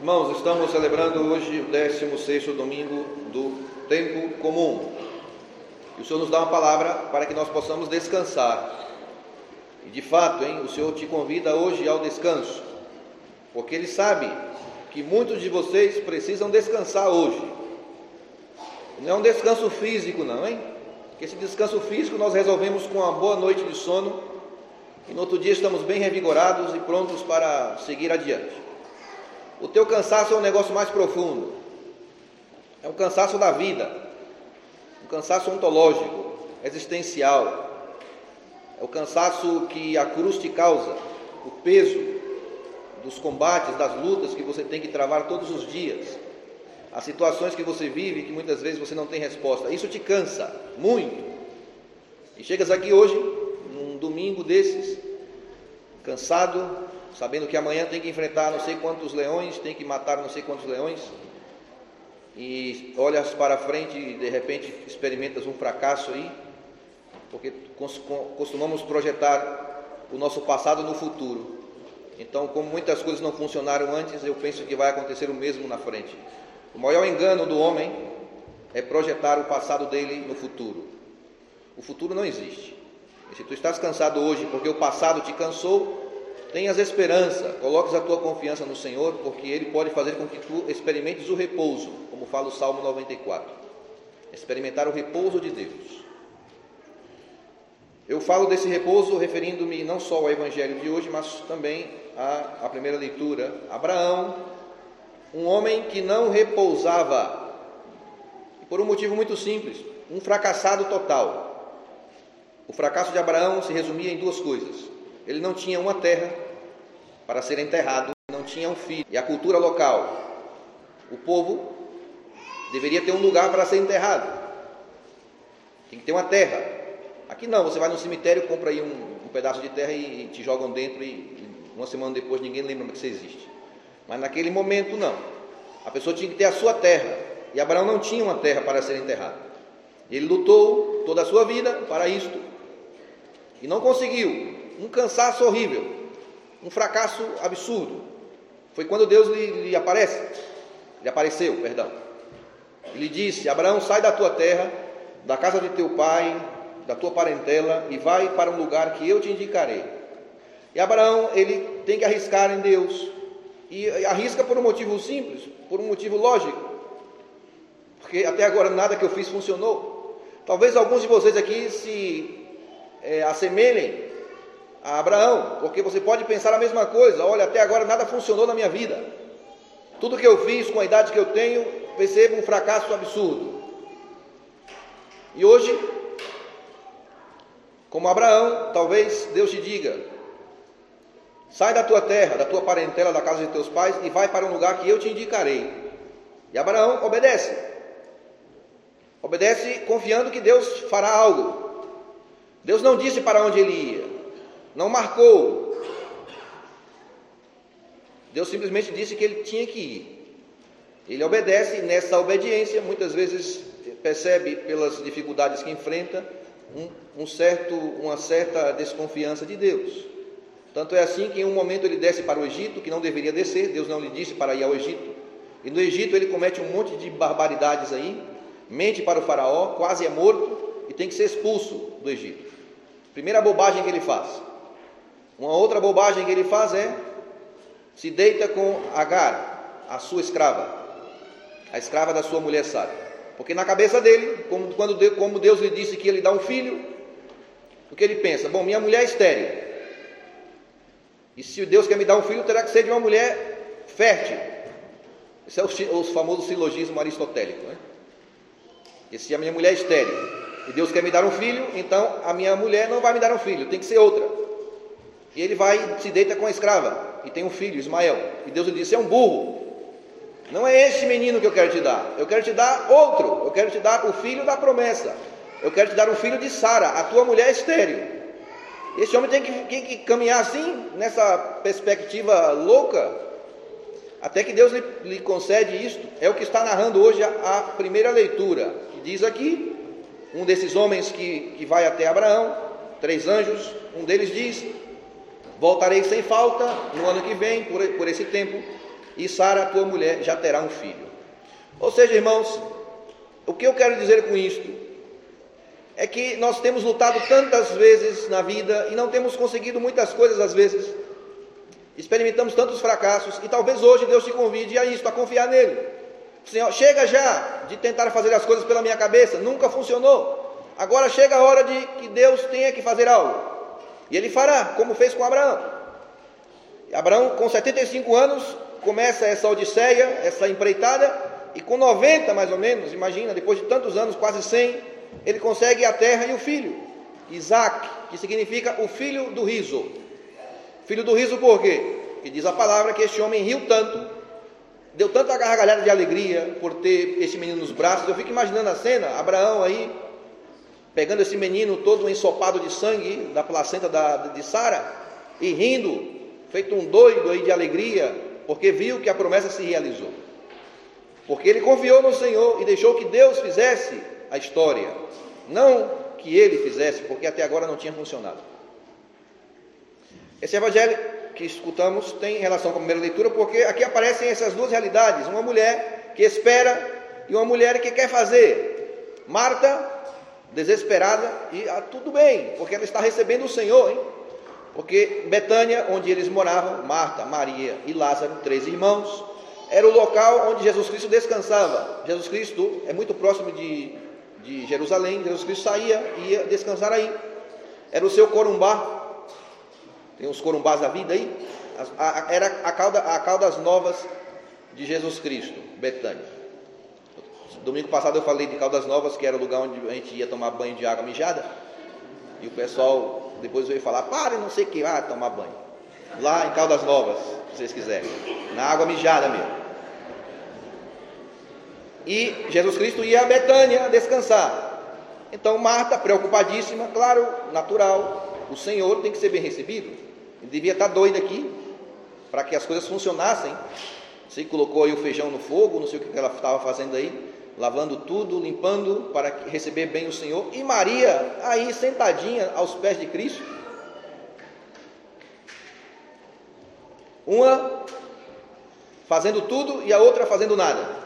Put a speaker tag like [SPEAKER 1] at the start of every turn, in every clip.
[SPEAKER 1] Irmãos, estamos celebrando hoje o 16º domingo do tempo comum. E o Senhor nos dá uma palavra para que nós possamos descansar. E de fato, o Senhor te convida hoje ao descanso, porque Ele sabe que muitos de vocês precisam descansar hoje. Não é um descanso físico não, Porque esse descanso físico nós resolvemos com uma boa noite de sono e no outro dia estamos bem revigorados e prontos para seguir adiante. O teu cansaço é um negócio mais profundo, é um cansaço da vida, um cansaço ontológico, existencial, é o cansaço que a cruz te causa, o peso dos combates, das lutas que você tem que travar todos os dias, as situações que você vive que muitas vezes você não tem resposta, isso te cansa muito, e chegas aqui hoje, num domingo desses, cansado, sabendo que amanhã tem que enfrentar não sei quantos leões, tem que matar não sei quantos leões, e olhas para frente e de repente experimentas um fracasso aí, porque costumamos projetar o nosso passado no futuro. Então, como muitas coisas não funcionaram antes, eu penso que vai acontecer o mesmo na frente. O maior engano do homem é projetar o passado dele no futuro. O futuro não existe. E se tu estás cansado hoje porque o passado te cansou, tenhas esperança, coloques a tua confiança no Senhor, porque Ele pode fazer com que tu experimentes o repouso, como fala o Salmo 94. Experimentar o repouso de Deus. Eu falo desse repouso referindo-me não só ao Evangelho de hoje, mas também à primeira leitura. Abraão, um homem que não repousava, por um motivo muito simples, um fracassado total. O fracasso de Abraão se resumia em duas coisas. Ele não tinha uma terra para ser enterrado, não tinha um filho. E a cultura local, o povo deveria ter um lugar para ser enterrado. Tem que ter uma terra. Aqui não, você vai no cemitério, compra aí um pedaço de terra e te jogam dentro e uma semana depois ninguém lembra que você existe. Mas naquele momento não. A pessoa tinha que ter a sua terra. E Abraão não tinha uma terra para ser enterrado. Ele lutou toda a sua vida para isto e não conseguiu. Um cansaço horrível, um fracasso absurdo. Foi quando Deus lhe apareceu. Ele disse: Abraão, sai da tua terra, da casa de teu pai, da tua parentela, e vai para um lugar que eu te indicarei. E Abraão, ele tem que arriscar em Deus, e arrisca por um motivo simples, por um motivo lógico, porque até agora nada que eu fiz funcionou. Talvez alguns de vocês aqui se assemelhem a Abraão, porque você pode pensar a mesma coisa. Olha, até agora nada funcionou na minha vida, tudo que eu fiz com a idade que eu tenho, percebo um fracasso absurdo. E hoje, como Abraão, talvez Deus te diga: sai da tua terra, da tua parentela, da casa de teus pais, e vai para um lugar que eu te indicarei. E Abraão obedece confiando que Deus fará algo. Deus não disse para onde ele ia, não marcou. Deus simplesmente disse que ele tinha que ir. Ele obedece, e nessa obediência muitas vezes percebe pelas dificuldades que enfrenta uma certa desconfiança de Deus. Tanto é assim que em um momento ele desce para o Egito, que não deveria descer. Deus não lhe disse para ir ao Egito, e no Egito ele comete um monte de barbaridades aí, mente para o faraó, quase é morto e tem que ser expulso do Egito. Primeira bobagem que ele faz. Uma outra bobagem que ele faz é se deita com Agar, a sua escrava, a escrava da sua mulher Sara. Porque na cabeça dele, como Deus lhe disse que ia lhe dar um filho, o que ele pensa? Bom, minha mulher é estéril, e se Deus quer me dar um filho, terá que ser de uma mulher fértil. Esse é o famoso silogismo aristotélico, E se a minha mulher é estéril e Deus quer me dar um filho, então a minha mulher não vai me dar um filho, tem que ser outra. E ele vai, se deita com a escrava e tem um filho, Ismael. E Deus lhe disse: é um burro, não é este menino que eu quero te dar, eu quero te dar outro, eu quero te dar o filho da promessa, eu quero te dar um filho de Sara, a tua mulher é estéril. Esse homem tem que caminhar assim, nessa perspectiva louca, até que Deus lhe concede isto. É o que está narrando hoje a primeira leitura, que diz aqui: um desses homens que vai até Abraão, 3 anjos, um deles diz: voltarei sem falta no ano que vem, por esse tempo, e Sara, tua mulher, já terá um filho. Ou seja, irmãos, o que eu quero dizer com isto é que nós temos lutado tantas vezes na vida e não temos conseguido muitas coisas às vezes. Experimentamos tantos fracassos e talvez hoje Deus te convide a isto, a confiar nele. Senhor, chega já de tentar fazer as coisas pela minha cabeça, nunca funcionou. Agora chega a hora de que Deus tenha que fazer algo. E Ele fará, como fez com Abraão. Abraão, com 75 anos, começa essa odisseia, essa empreitada, e com 90 mais ou menos, imagina, depois de tantos anos, quase 100, ele consegue a terra e o filho, Isaac, que significa o filho do riso. Filho do riso por quê? Porque diz a palavra que este homem riu tanto, deu tanta gargalhada de alegria por ter este menino nos braços. Eu fico imaginando a cena, Abraão aí, pegando esse menino todo ensopado de sangue da placenta de Sara, e rindo, feito um doido aí de alegria, porque viu que a promessa se realizou. Porque ele confiou no Senhor e deixou que Deus fizesse a história, não que ele fizesse, porque até agora não tinha funcionado. Esse evangelho que escutamos tem relação com a primeira leitura, porque aqui aparecem essas duas realidades, uma mulher que espera e uma mulher que quer fazer. Marta, desesperada, e tudo bem, porque ela está recebendo o Senhor, hein? Porque Betânia, onde eles moravam, Marta, Maria e Lázaro, 3 irmãos, era o local onde Jesus Cristo descansava. Jesus Cristo é muito próximo de Jerusalém. Jesus Cristo saía e ia descansar aí. Era o seu corumbá. Tem os corumbás da vida aí. Era a Caldas Novas de Jesus Cristo, Betânia. Domingo passado eu falei de Caldas Novas, que era o lugar onde a gente ia tomar banho de água mijada. E o pessoal depois veio falar, pare, não sei o que, tomar banho. Lá em Caldas Novas, se vocês quiserem. Na água mijada mesmo. E Jesus Cristo ia a Betânia descansar. Então Marta, preocupadíssima, claro, natural, o Senhor tem que ser bem recebido. Ele devia estar doido aqui, para que as coisas funcionassem. Você colocou aí o feijão no fogo, não sei o que ela estava fazendo aí, lavando tudo, limpando, para receber bem o Senhor. E Maria, aí sentadinha aos pés de Cristo. Uma fazendo tudo e a outra fazendo nada.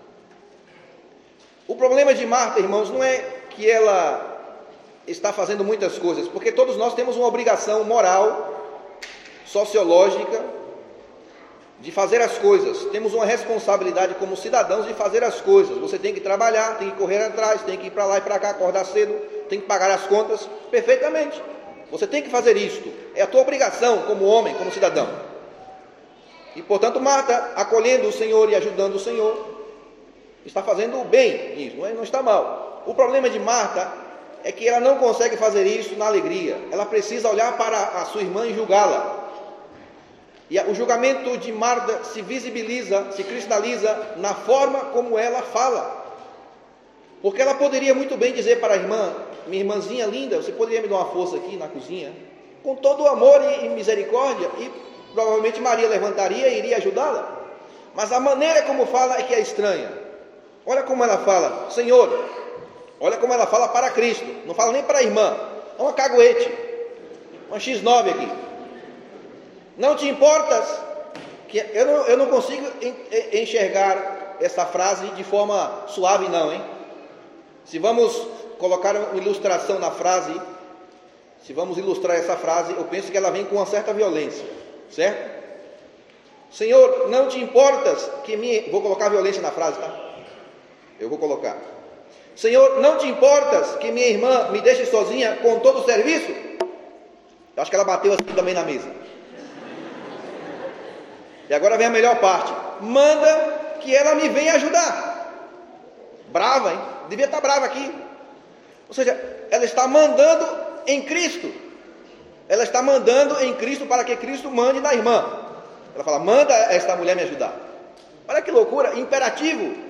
[SPEAKER 1] O problema de Marta, irmãos, não é que ela está fazendo muitas coisas, porque todos nós temos uma obrigação moral, sociológica, de fazer as coisas. Temos uma responsabilidade como cidadãos de fazer as coisas. Você tem que trabalhar, tem que correr atrás, tem que ir para lá e para cá, acordar cedo, tem que pagar as contas, perfeitamente. Você tem que fazer isto. É a tua obrigação como homem, como cidadão. E, portanto, Marta, acolhendo o Senhor e ajudando o Senhor, está fazendo o bem nisso, não está mal. O problema de Marta é que ela não consegue fazer isso na alegria. Ela precisa olhar para a sua irmã e julgá-la. E o julgamento de Marta se visibiliza, se cristaliza na forma como ela fala. Porque ela poderia muito bem dizer para a irmã, minha irmãzinha linda, você poderia me dar uma força aqui na cozinha? Com todo o amor e misericórdia, e provavelmente Maria levantaria e iria ajudá-la. Mas a maneira como fala é que é estranha. Olha como ela fala, Senhor, olha como ela fala para Cristo, não fala nem para a irmã, é uma caguete, uma X9 aqui. Não te importas, que eu não consigo enxergar essa frase de forma suave não, hein? Se vamos colocar uma ilustração na frase, se vamos ilustrar essa frase, eu penso que ela vem com uma certa violência, certo? Senhor, não te importas que vou colocar violência na frase, tá? Eu vou colocar. Senhor, não te importas que minha irmã me deixe sozinha com todo o serviço? Eu acho que ela bateu assim também na mesa. E agora vem a melhor parte. Manda que ela me venha ajudar. Brava, hein? Devia estar brava aqui. Ou seja, ela está mandando em Cristo. Ela está mandando em Cristo para que Cristo mande na irmã. Ela fala, manda esta mulher me ajudar. Olha que loucura, imperativo.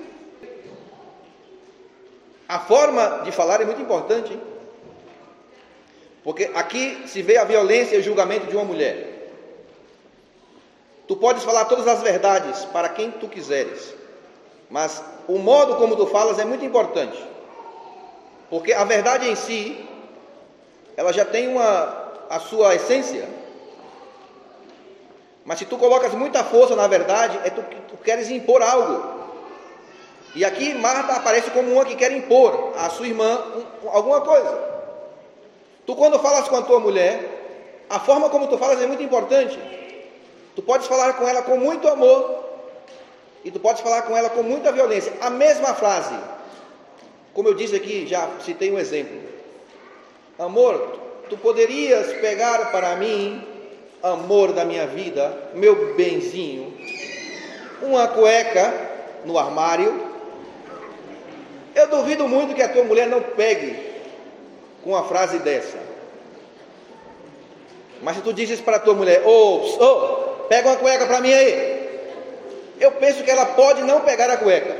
[SPEAKER 1] A forma de falar é muito importante, hein? Porque aqui se vê a violência e o julgamento de uma mulher. Tu podes falar todas as verdades para quem tu quiseres, mas o modo como tu falas é muito importante. Porque a verdade em si, ela já tem a sua essência. Mas se tu colocas muita força, na verdade, é tu queres impor algo. E aqui Marta aparece como uma que quer impor à sua irmã alguma coisa. Tu, quando falas com a tua mulher, a forma como tu falas é muito importante. Tu podes falar com ela com muito amor e tu podes falar com ela com muita violência. A mesma frase, como eu disse aqui, já citei um exemplo. Amor, tu poderias pegar para mim, amor da minha vida, meu benzinho, uma cueca no armário? Eu duvido muito que a tua mulher não pegue com uma frase dessa. Mas se tu dizes para a tua mulher, pega uma cueca para mim aí, eu penso que ela pode não pegar a cueca.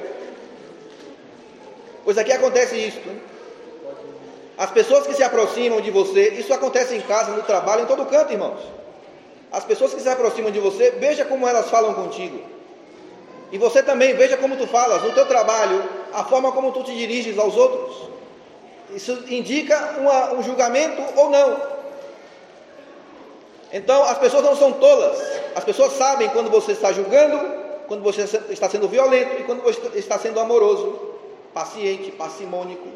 [SPEAKER 1] Pois aqui acontece isso. As pessoas que se aproximam de você, isso acontece em casa, no trabalho, em todo canto, irmãos. As pessoas que se aproximam de você, veja como elas falam contigo. E você também, veja como tu falas no teu trabalho, a forma como tu te diriges aos outros. Isso indica um julgamento ou não. Então, as pessoas não são tolas. As pessoas sabem quando você está julgando, quando você está sendo violento e quando você está sendo amoroso, paciente, parcimônico.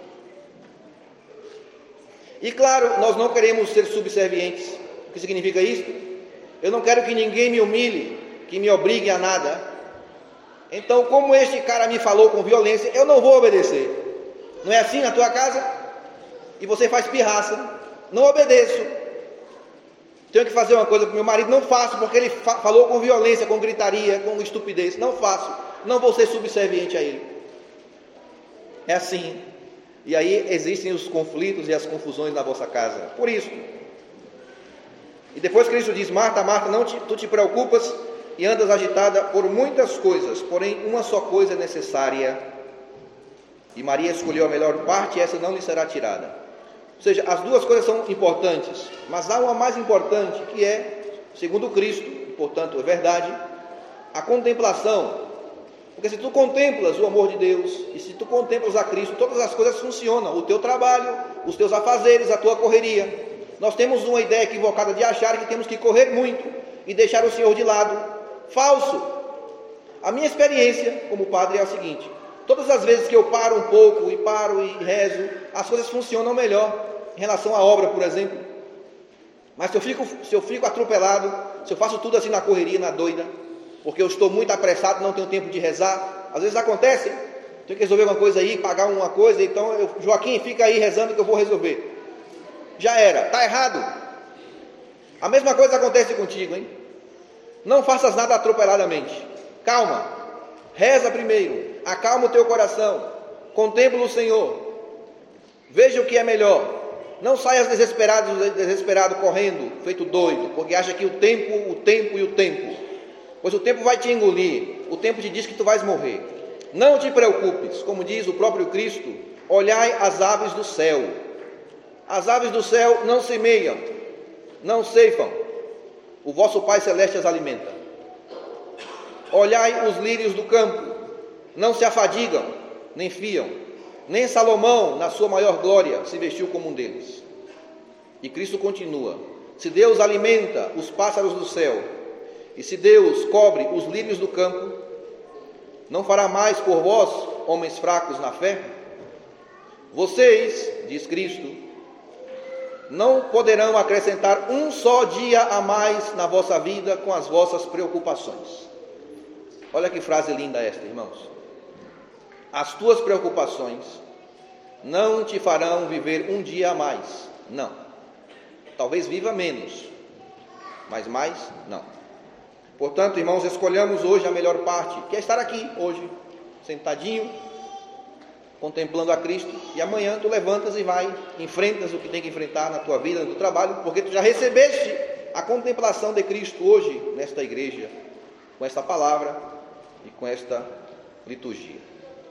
[SPEAKER 1] E claro, nós não queremos ser subservientes. O que significa isso? Eu não quero que ninguém me humilhe, que me obrigue a nada. Então, como este cara me falou com violência, eu não vou obedecer. Não é assim na tua casa? E você faz pirraça. Não obedeço. Tenho que fazer uma coisa para o meu marido, não faço, porque ele falou com violência, com gritaria, com estupidez. Não faço. Não vou ser subserviente a ele. É assim. E aí existem os conflitos e as confusões na vossa casa. Por isso. E depois Cristo diz, Marta, Marta, tu te preocupas e andas agitada por muitas coisas, porém uma só coisa é necessária. E Maria escolheu a melhor parte e essa não lhe será tirada. Ou seja, as duas coisas são importantes, mas há uma mais importante que é, segundo Cristo, e portanto é verdade, a contemplação. Porque se tu contemplas o amor de Deus, e se tu contemplas a Cristo, todas as coisas funcionam. O teu trabalho, os teus afazeres, a tua correria. Nós temos uma ideia equivocada de achar que temos que correr muito e deixar o Senhor de lado. Falso. A minha experiência como padre é a seguinte: todas as vezes que eu paro um pouco, e rezo, as coisas funcionam melhor, em relação à obra, por exemplo. Mas se eu fico atropelado, se eu faço tudo assim na correria, na doida, porque eu estou muito apressado, não tenho tempo de rezar, às vezes acontece, tenho que resolver uma coisa aí, pagar uma coisa, então Joaquim, fica aí rezando que eu vou resolver. Já era, está errado. A mesma coisa acontece contigo, hein? Não faças nada atropeladamente. Calma, reza primeiro, acalma o teu coração, contempla o Senhor, veja o que é melhor. Não saias desesperado correndo, feito doido, porque acha que o tempo, pois o tempo vai te engolir, o tempo te diz que tu vais morrer. Não te preocupes, como diz o próprio Cristo, olhai as aves do céu. As aves do céu não semeiam, não ceifam, o vosso Pai Celeste as alimenta. Olhai os lírios do campo, não se afadigam, nem fiam, nem Salomão, na sua maior glória, se vestiu como um deles. E Cristo continua: se Deus alimenta os pássaros do céu, e se Deus cobre os lírios do campo, não fará mais por vós, homens fracos na fé? Vocês, diz Cristo, não poderão acrescentar um só dia a mais na vossa vida com as vossas preocupações. Olha que frase linda esta, irmãos. As tuas preocupações não te farão viver um dia a mais. Não. Talvez viva menos, mas mais não. Portanto, irmãos, escolhamos hoje a melhor parte, que é estar aqui hoje, sentadinho, contemplando a Cristo, e amanhã tu levantas e vai, enfrentas o que tem que enfrentar na tua vida, no teu trabalho, porque tu já recebeste a contemplação de Cristo hoje, nesta igreja, com esta palavra e com esta liturgia.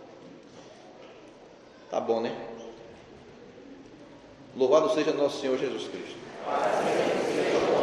[SPEAKER 1] Tá bom, né? Louvado seja nosso Senhor Jesus Cristo.